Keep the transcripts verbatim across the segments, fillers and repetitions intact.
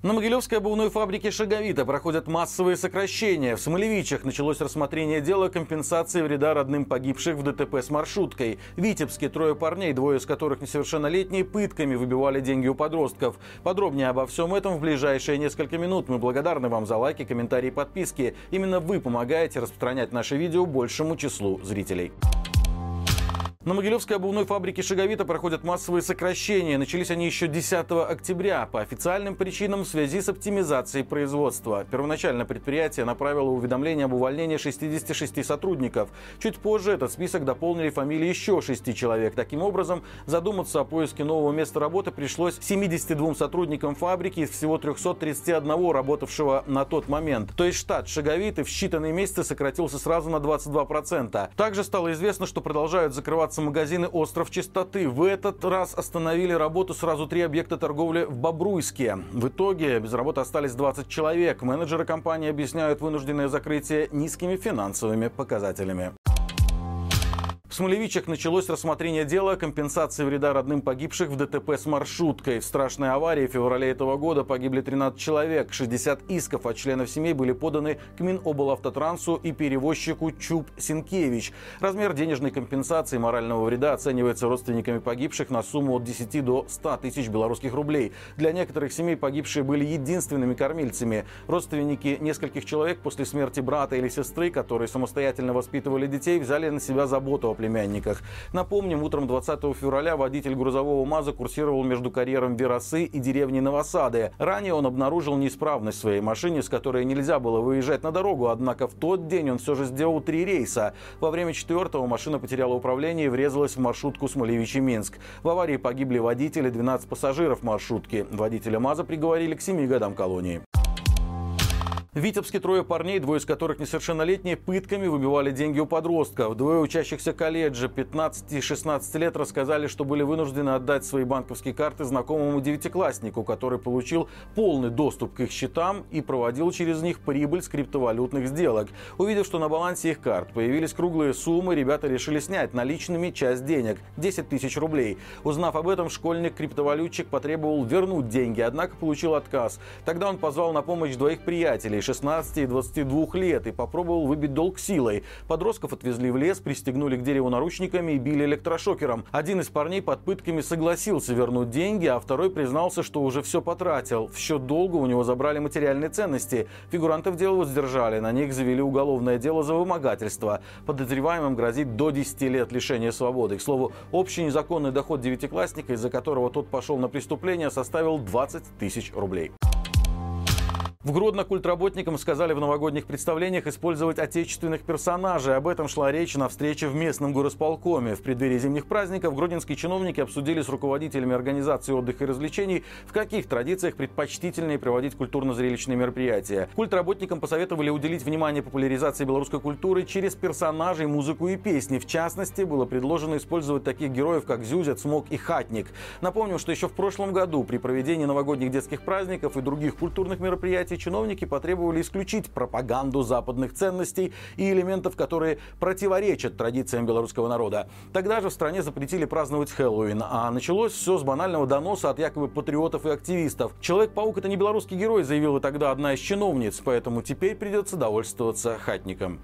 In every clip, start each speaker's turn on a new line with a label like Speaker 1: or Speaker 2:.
Speaker 1: На Могилевской обувной фабрике «Шаговита» проходят массовые сокращения. В Смолевичах началось рассмотрение дела компенсации вреда родным погибших в ДТП с маршруткой. В Витебске трое парней, двое из которых несовершеннолетние, пытками выбивали деньги у подростков. Подробнее обо всем этом в ближайшие несколько минут. Мы благодарны вам за лайки, комментарии и подписки. Именно вы помогаете распространять наше видео большему числу зрителей. На Могилевской обувной фабрике «Шаговита» проходят массовые сокращения. Начались они еще десятого октября по официальным причинам в связи с оптимизацией производства. Первоначально предприятие направило уведомление об увольнении шестидесяти шести сотрудников. Чуть позже этот список дополнили фамилии еще шести человек. Таким образом, задуматься о поиске нового места работы пришлось семидесяти двум сотрудникам фабрики из всего трёхсот тридцати одного работавшего на тот момент. То есть штат «Шаговиты» в считанные месяцы сократился сразу на двадцать два процента. Также стало известно, что продолжают закрываться магазины «Остров Чистоты». В этот раз остановили работу сразу три объекта торговли в Бобруйске. В итоге без работы остались двадцать человек. Менеджеры компании объясняют вынужденное закрытие низкими финансовыми показателями. В Смолевичах началось рассмотрение дела о компенсации вреда родным погибших в ДТП с маршруткой. В страшной аварии в феврале этого года погибли тринадцать человек. шестьдесят исков от членов семей были поданы к Миноблавтотрансу и перевозчику Чуб Синкевич. Размер денежной компенсации морального вреда оценивается родственниками погибших на сумму от десяти до ста тысяч белорусских рублей. Для некоторых семей погибшие были единственными кормильцами. Родственники нескольких человек после смерти брата или сестры, которые самостоятельно воспитывали детей, взяли на себя заботу о племянниках. Напомним, утром двадцатого февраля водитель грузового МАЗа курсировал между карьером Веросы и деревней Новосады. Ранее он обнаружил неисправность в своей машине, с которой нельзя было выезжать на дорогу, однако в тот день он все же сделал три рейса. Во время четвертого машина потеряла управление и врезалась в маршрутку Смолевичи-Минск. В аварии погибли водители, двенадцать пассажиров маршрутки. Водителя МАЗа приговорили к семи годам колонии. В Витебске трое парней, двое из которых несовершеннолетние, пытками выбивали деньги у подростков. Двое учащихся колледжа пятнадцати и шестнадцати лет рассказали, что были вынуждены отдать свои банковские карты знакомому девятикласснику, который получил полный доступ к их счетам и проводил через них прибыль с криптовалютных сделок. Увидев, что на балансе их карт появились круглые суммы, ребята решили снять наличными часть денег – десять тысяч рублей. Узнав об этом, школьник-криптовалютчик потребовал вернуть деньги, однако получил отказ. Тогда он позвал на помощь двоих приятелей – шестнадцати и двадцати двух лет, и попробовал выбить долг силой. Подростков отвезли в лес, пристегнули к дереву наручниками и били электрошокером. Один из парней под пытками согласился вернуть деньги, а второй признался, что уже все потратил. В счет долга у него забрали материальные ценности. Фигурантов дела воздержали, на них завели уголовное дело за вымогательство. Подозреваемым грозит до десяти лет лишения свободы. К слову, общий незаконный доход девятиклассника, из-за которого тот пошел на преступление, составил двадцать тысяч рублей. В Гродно культработникам сказали в новогодних представлениях использовать отечественных персонажей. Об этом шла речь на встрече в местном горосполкоме. В преддверии зимних праздников гродненские чиновники обсудили с руководителями организации отдыха и развлечений, в каких традициях предпочтительнее проводить культурно-зрелищные мероприятия. Культработникам посоветовали уделить внимание популяризации белорусской культуры через персонажей, музыку и песни. В частности, было предложено использовать таких героев, как Зюзя, Цмок и Хатник. Напомним, что еще в прошлом году при проведении новогодних детских праздников и других культурных мероприятий чиновники потребовали исключить пропаганду западных ценностей и элементов, которые противоречат традициям белорусского народа. Тогда же в стране запретили праздновать Хэллоуин, а началось все с банального доноса от якобы патриотов и активистов. Человек-паук — это не белорусский герой, заявила тогда одна из чиновниц, поэтому теперь придется довольствоваться Хатником.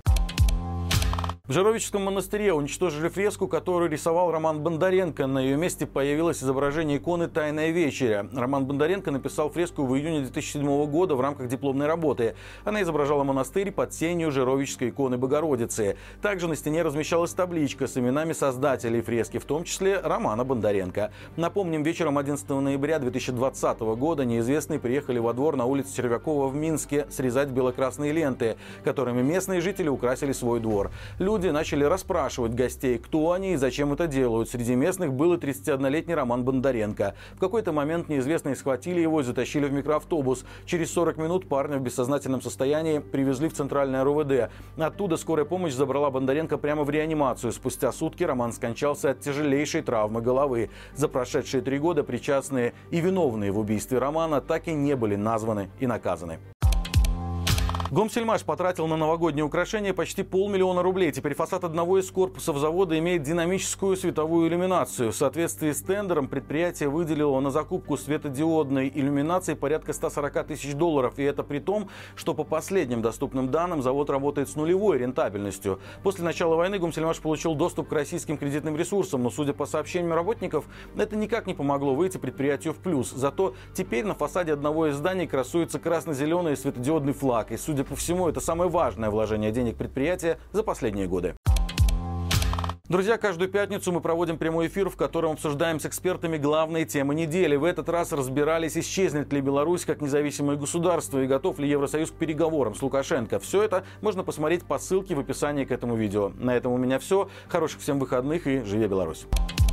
Speaker 1: В Жировическом монастыре уничтожили фреску, которую рисовал Роман Бондаренко. На ее месте появилось изображение иконы «Тайная вечеря». Роман Бондаренко написал фреску в июне две тысячи седьмого года в рамках дипломной работы. Она изображала монастырь под сенью Жировической иконы Богородицы. Также на стене размещалась табличка с именами создателей фрески, в том числе Романа Бондаренко. Напомним, вечером одиннадцатого ноября две тысячи двадцатого года неизвестные приехали во двор на улице Червякова в Минске срезать бело-красные ленты, которыми местные жители украсили свой двор. Люди начали расспрашивать гостей, кто они и зачем это делают. Среди местных был и тридцатиоднолетний Роман Бондаренко. В какой-то момент неизвестные схватили его и затащили в микроавтобус. Через сорок минут парня в бессознательном состоянии привезли в центральное РОВД. Оттуда скорая помощь забрала Бондаренко прямо в реанимацию. Спустя сутки Роман скончался от тяжелейшей травмы головы. За прошедшие три года причастные и виновные в убийстве Романа так и не были названы и наказаны. Гомсельмаш потратил на новогодние украшения почти полмиллиона рублей. Теперь фасад одного из корпусов завода имеет динамическую световую иллюминацию. В соответствии с тендером предприятие выделило на закупку светодиодной иллюминации порядка ста сорока тысяч долларов. И это при том, что по последним доступным данным завод работает с нулевой рентабельностью. После начала войны Гомсельмаш получил доступ к российским кредитным ресурсам, но, судя по сообщениям работников, это никак не помогло выйти предприятию в плюс. Зато теперь на фасаде одного из зданий красуется красно-зеленый светодиодный флаг. И, судя по всему, это самое важное вложение денег предприятия за последние годы. Друзья, каждую пятницу мы проводим прямой эфир, в котором обсуждаем с экспертами главные темы недели. В этот раз разбирались, исчезнет ли Беларусь как независимое государство и готов ли Евросоюз к переговорам с Лукашенко. Все это можно посмотреть по ссылке в описании к этому видео. На этом у меня все. Хороших всем выходных и живи Беларусь!